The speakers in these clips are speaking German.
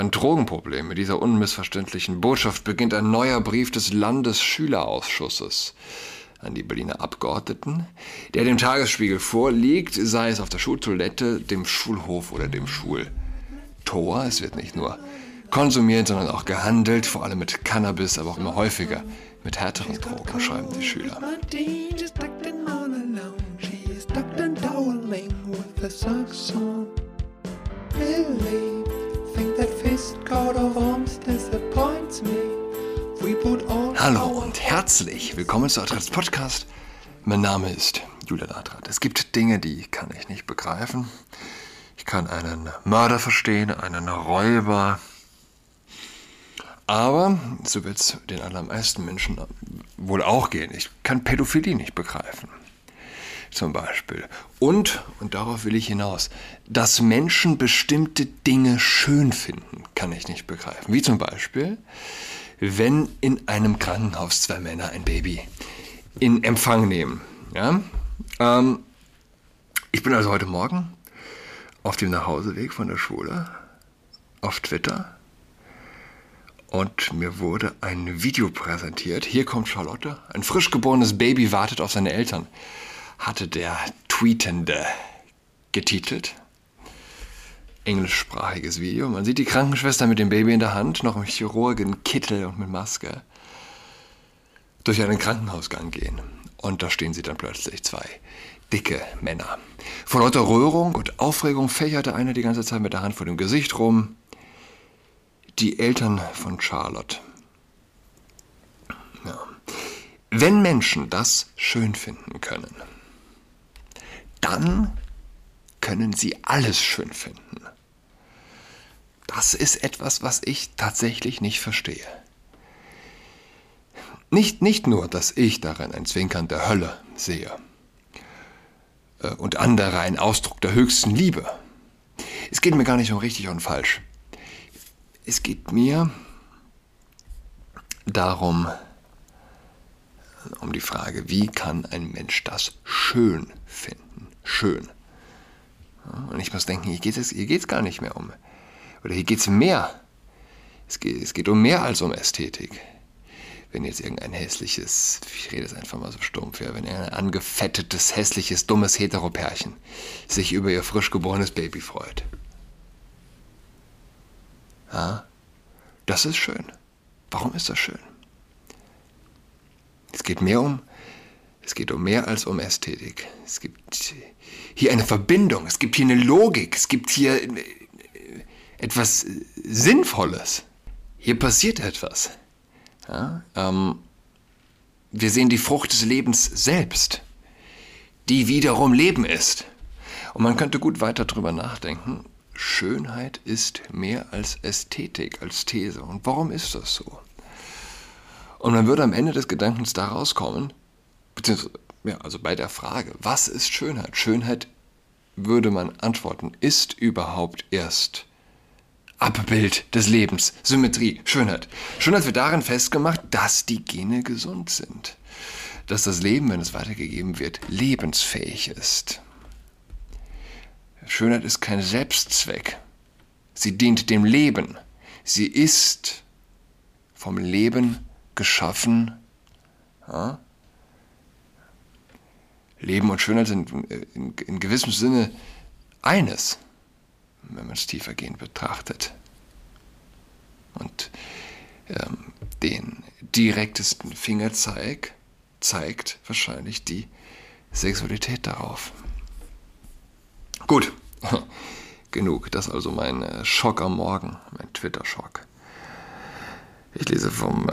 ein Drogenproblem. Mit dieser unmissverständlichen Botschaft beginnt ein neuer Brief des Landesschülerausschusses an die Berliner Abgeordneten, der dem Tagesspiegel vorliegt, sei es auf der Schultoilette, dem Schulhof oder dem Schultor. Es wird nicht nur konsumiert, sondern auch gehandelt, vor allem mit Cannabis, aber auch immer häufiger mit härteren Drogen, schreiben die Schüler. Hallo und herzlich willkommen zu Adrats Podcast. Mein Name ist Julian Adrat. Es gibt Dinge, die kann ich nicht begreifen. Ich kann einen Mörder verstehen, einen Räuber. Aber so wird es den allermeisten Menschen wohl auch gehen. Ich kann Pädophilie nicht begreifen. Zum Beispiel. Und darauf will ich hinaus, dass Menschen bestimmte Dinge schön finden, kann ich nicht begreifen. Wie zum Beispiel, wenn in einem Krankenhaus zwei Männer ein Baby in Empfang nehmen. Ja? Ich bin also heute Morgen auf dem Nachhauseweg von der Schule auf Twitter und mir wurde ein Video präsentiert. Hier kommt Charlotte, ein frisch geborenes Baby wartet auf seine Eltern, hatte der Tweetende getitelt. Englischsprachiges Video. Man sieht die Krankenschwester mit dem Baby in der Hand, noch im Chirurgenkittel und mit Maske, durch einen Krankenhausgang gehen. Und da stehen sie dann plötzlich, zwei dicke Männer. Vor lauter Rührung und Aufregung fächerte einer die ganze Zeit mit der Hand vor dem Gesicht rum. Die Eltern von Charlotte. Ja. Wenn Menschen das schön finden können, dann können sie alles schön finden. Das ist etwas, was ich tatsächlich nicht verstehe. Nicht nur, dass ich darin ein Zwinkern der Hölle sehe und andere einen Ausdruck der höchsten Liebe. Es geht mir gar nicht um richtig und falsch. Es geht mir darum, um die Frage, wie kann ein Mensch das schön finden? Schön. Und ich muss denken, hier geht es gar nicht mehr um. Oder hier geht es mehr. Es geht um mehr als um Ästhetik. Wenn jetzt irgendein hässliches, ich rede es einfach mal so stumpf, ja, wenn ein angefettetes, hässliches, dummes Heteropärchen sich über ihr frisch geborenes Baby freut. Ja, das ist schön. Warum ist das schön? Es geht um mehr als um Ästhetik. Es gibt hier eine Verbindung, es gibt hier eine Logik, es gibt hier etwas Sinnvolles. Hier passiert etwas. Ja, wir sehen die Frucht des Lebens selbst, die wiederum Leben ist. Und man könnte gut weiter drüber nachdenken. Schönheit ist mehr als Ästhetik, als These. Und warum ist das so? Und man würde am Ende des Gedankens da rauskommen, beziehungsweise, ja, also bei der Frage, was ist Schönheit? Schönheit, würde man antworten, ist überhaupt erst Abbild des Lebens, Symmetrie, Schönheit. Schönheit wird darin festgemacht, dass die Gene gesund sind. Dass das Leben, wenn es weitergegeben wird, lebensfähig ist. Schönheit ist kein Selbstzweck. Sie dient dem Leben. Sie ist vom Leben geschaffen. Ja? Leben und Schönheit sind in gewissem Sinne eines, wenn man es tiefergehend betrachtet. Und den direktesten Fingerzeig zeigt wahrscheinlich die Sexualität darauf. Gut, genug. Das ist also mein Schock am Morgen, mein Twitter-Schock. Ich lese vom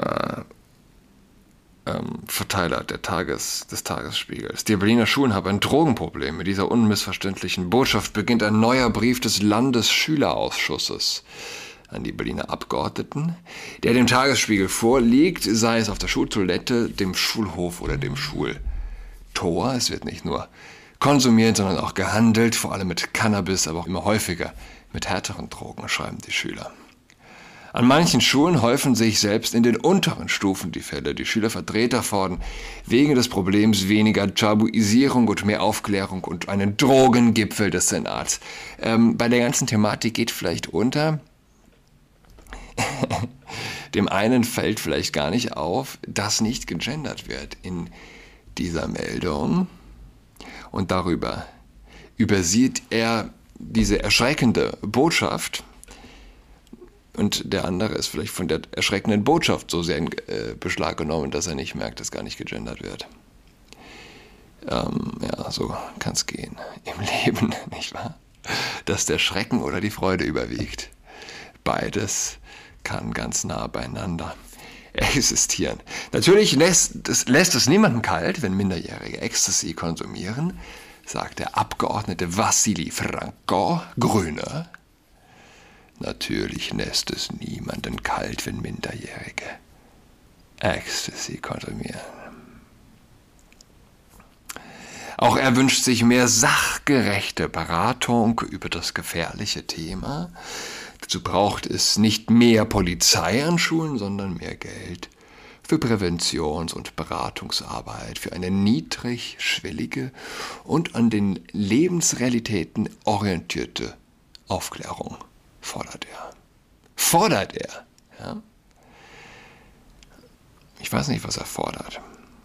Verteiler des Tagesspiegels. Die Berliner Schulen haben ein Drogenproblem. Mit dieser unmissverständlichen Botschaft beginnt ein neuer Brief des Landesschülerausschusses an die Berliner Abgeordneten, der dem Tagesspiegel vorliegt, sei es auf der Schultoilette, dem Schulhof oder dem Schultor. Es wird nicht nur konsumiert, sondern auch gehandelt, vor allem mit Cannabis, aber auch immer häufiger mit härteren Drogen, schreiben die Schüler. An manchen Schulen häufen sich selbst in den unteren Stufen die Fälle. Die Schülervertreter fordern wegen des Problems weniger Tabuisierung und mehr Aufklärung und einen Drogengipfel des Senats. Bei der ganzen Thematik geht vielleicht unter, Dem einen fällt vielleicht gar nicht auf, dass nicht gegendert wird in dieser Meldung. Und darüber übersieht er diese erschreckende Botschaft. Und der andere ist vielleicht von der erschreckenden Botschaft so sehr in Beschlag genommen, dass er nicht merkt, dass gar nicht gegendert wird. Ja, so kann es gehen im Leben, nicht wahr? Dass der Schrecken oder die Freude überwiegt. Beides kann ganz nah beieinander existieren. Natürlich lässt es niemanden kalt, wenn Minderjährige Ecstasy konsumieren, sagt der Abgeordnete Wassili Franko, Grüne. Natürlich lässt es niemanden kalt, wenn Minderjährige Ecstasy konsumieren. Auch er wünscht sich mehr sachgerechte Beratung über das gefährliche Thema. Dazu braucht es nicht mehr Polizei an Schulen, sondern mehr Geld für Präventions- und Beratungsarbeit, für eine niedrigschwellige und an den Lebensrealitäten orientierte Aufklärung, fordert er. Fordert er? Ja? Ich weiß nicht, was er fordert.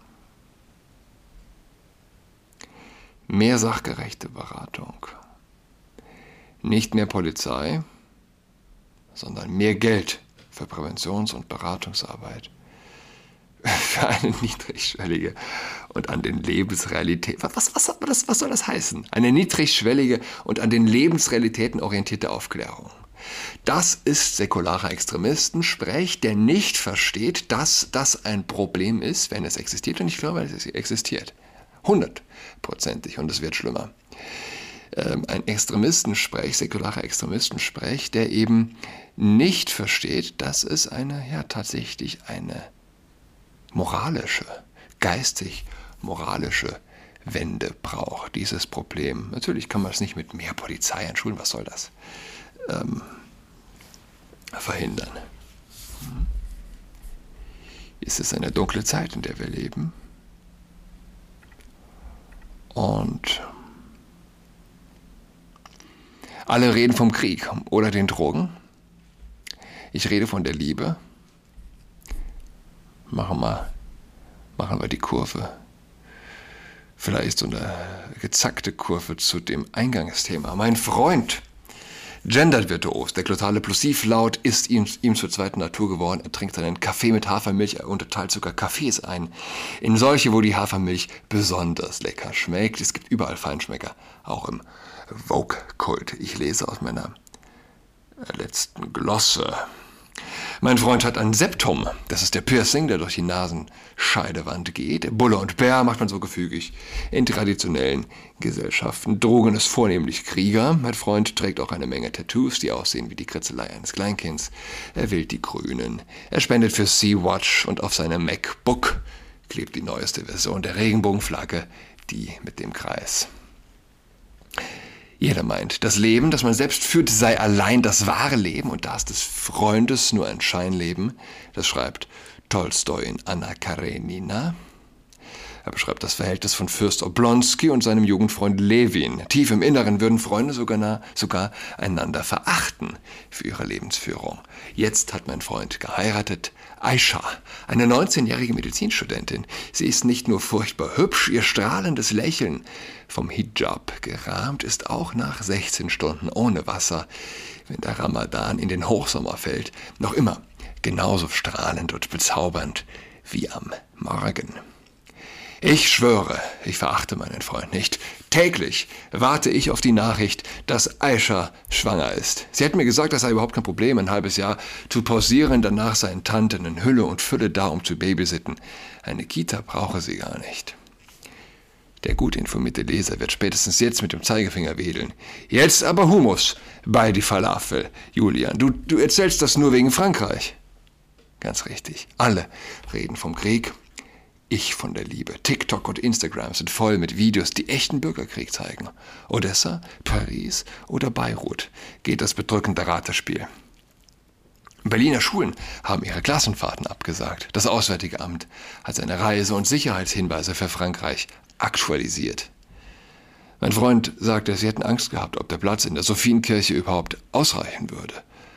Mehr sachgerechte Beratung. Nicht mehr Polizei, sondern mehr Geld für Präventions- und Beratungsarbeit. Für eine niedrigschwellige und an den Lebensrealitäten. Was soll das heißen? Eine niedrigschwellige und an den Lebensrealitäten orientierte Aufklärung. Das ist säkularer Extremistensprech, der nicht versteht, dass das ein Problem ist, wenn es existiert. Und ich glaube, es existiert. 100%ig, und es wird schlimmer. Ein Extremistensprech, säkularer Extremistensprech, der eben nicht versteht, dass es tatsächlich eine moralische, geistig-moralische Wende braucht, dieses Problem. Natürlich kann man es nicht mit mehr Polizei an Schulen, was soll das, verhindern. Es ist eine dunkle Zeit, in der wir leben. Und alle reden vom Krieg oder den Drogen. Ich rede von der Liebe. Machen wir die Kurve. Vielleicht so eine gezackte Kurve zu dem Eingangsthema. Mein Freund gendert virtuos. Der glottale Plosivlaut ist ihm zur zweiten Natur geworden. Er trinkt seinen Kaffee mit Hafermilch. Er unterteilt sogar Kaffees ein in solche, wo die Hafermilch besonders lecker schmeckt. Es gibt überall Feinschmecker, auch im Vogue-Kult. Ich lese aus meiner letzten Glosse. Mein Freund hat ein Septum, das ist der Piercing, der durch die Nasenscheidewand geht. Bulle und Bär macht man so gefügig in traditionellen Gesellschaften. Drogen ist vornehmlich Krieger. Mein Freund trägt auch eine Menge Tattoos, die aussehen wie die Kritzelei eines Kleinkinds. Er wählt die Grünen. Er spendet für Sea-Watch und auf seinem MacBook klebt die neueste Version der Regenbogenflagge, die mit dem Kreis. Jeder meint, das Leben, das man selbst führt, sei allein das wahre Leben und das des Freundes nur ein Scheinleben. Das schreibt Tolstoi in Anna Karenina. Er beschreibt das Verhältnis von Fürst Oblonski und seinem Jugendfreund Levin. Tief im Inneren würden Freunde sogar einander verachten für ihre Lebensführung. Jetzt hat mein Freund geheiratet. Aisha, eine 19-jährige Medizinstudentin. Sie ist nicht nur furchtbar hübsch, ihr strahlendes Lächeln vom Hijab gerahmt ist auch nach 16 Stunden ohne Wasser, wenn der Ramadan in den Hochsommer fällt, noch immer genauso strahlend und bezaubernd wie am Morgen. Ich schwöre, ich verachte meinen Freund nicht. Täglich warte ich auf die Nachricht, dass Aisha schwanger ist. Sie hat mir gesagt, das sei überhaupt kein Problem, ein halbes Jahr zu pausieren, danach seien Tanten in Hülle und Fülle da, um zu babysitten. Eine Kita brauche sie gar nicht. Der gut informierte Leser wird spätestens jetzt mit dem Zeigefinger wedeln. Jetzt aber Hummus bei die Falafel. Julian, du erzählst das nur wegen Frankreich. Ganz richtig. Alle reden vom Krieg. Ich von der Liebe. TikTok und Instagram sind voll mit Videos, die echten Bürgerkrieg zeigen. Odessa, Paris oder Beirut geht das bedrückende Ratespiel. Berliner Schulen haben ihre Klassenfahrten abgesagt. Das Auswärtige Amt hat seine Reise- und Sicherheitshinweise für Frankreich aktualisiert. Mein Freund sagte, sie hätten Angst gehabt, ob der Platz in der Sophienkirche überhaupt ausreichen würde.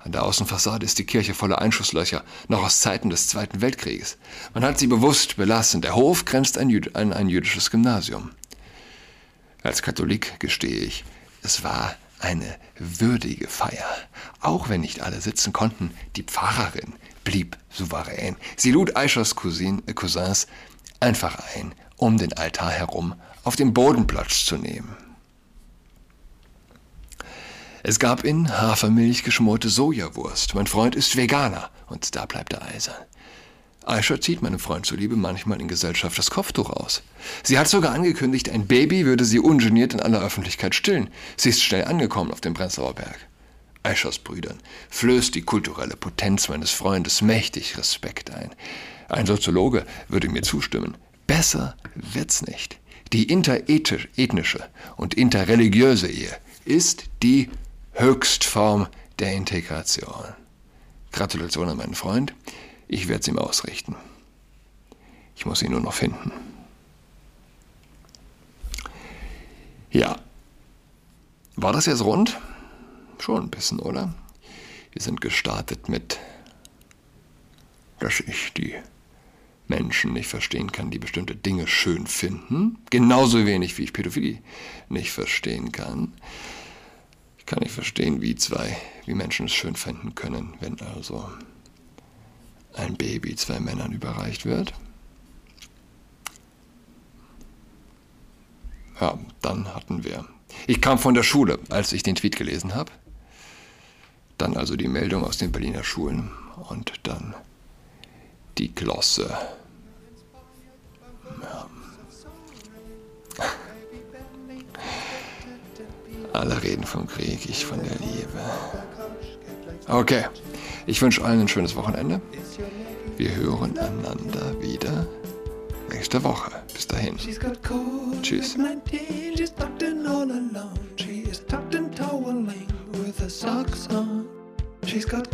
An der Außenfassade ist die Kirche voller Einschusslöcher, noch aus Zeiten des Zweiten Weltkrieges. Man hat sie bewusst belassen. Der Hof grenzt an ein jüdisches Gymnasium. Als Katholik gestehe ich, es war eine würdige Feier. Auch wenn nicht alle sitzen konnten, die Pfarrerin blieb souverän. Sie lud Aishas Cousins einfach ein, um den Altar herum auf dem Boden Platz zu nehmen. Es gab in Hafermilch geschmorte Sojawurst. Mein Freund ist Veganer und da bleibt er eisern. Aisha zieht meinem Freund zuliebe manchmal in Gesellschaft das Kopftuch aus. Sie hat sogar angekündigt, ein Baby würde sie ungeniert in aller Öffentlichkeit stillen. Sie ist schnell angekommen auf dem Prenzlauer Berg. Aishas Brüdern flößt die kulturelle Potenz meines Freundes mächtig Respekt ein. Ein Soziologe würde mir zustimmen. Besser wird's nicht. Die interethnische und interreligiöse Ehe ist die Höchstform der Integration. Gratulation an meinen Freund. Ich werde es ihm ausrichten. Ich muss ihn nur noch finden. Ja. War das jetzt rund? Schon ein bisschen, oder? Wir sind gestartet mit, dass ich die Menschen nicht verstehen kann, die bestimmte Dinge schön finden. Genauso wenig, wie ich Pädophilie nicht verstehen kann. Ich kann nicht verstehen, wie Menschen es schön finden können, wenn also ein Baby 2 Männern überreicht wird. Ja, dann hatten wir. Ich kam von der Schule, als ich den Tweet gelesen habe. Dann also die Meldung aus den Berliner Schulen und dann die Glosse. Ja. Alle reden vom Krieg, ich von der Liebe. Okay, ich wünsche allen ein schönes Wochenende. Wir hören einander wieder nächste Woche. Bis dahin. Tschüss. She's got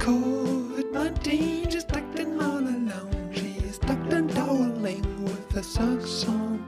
COVID-19, she's tucked in all alone. She is tucked and toweling with her socks on.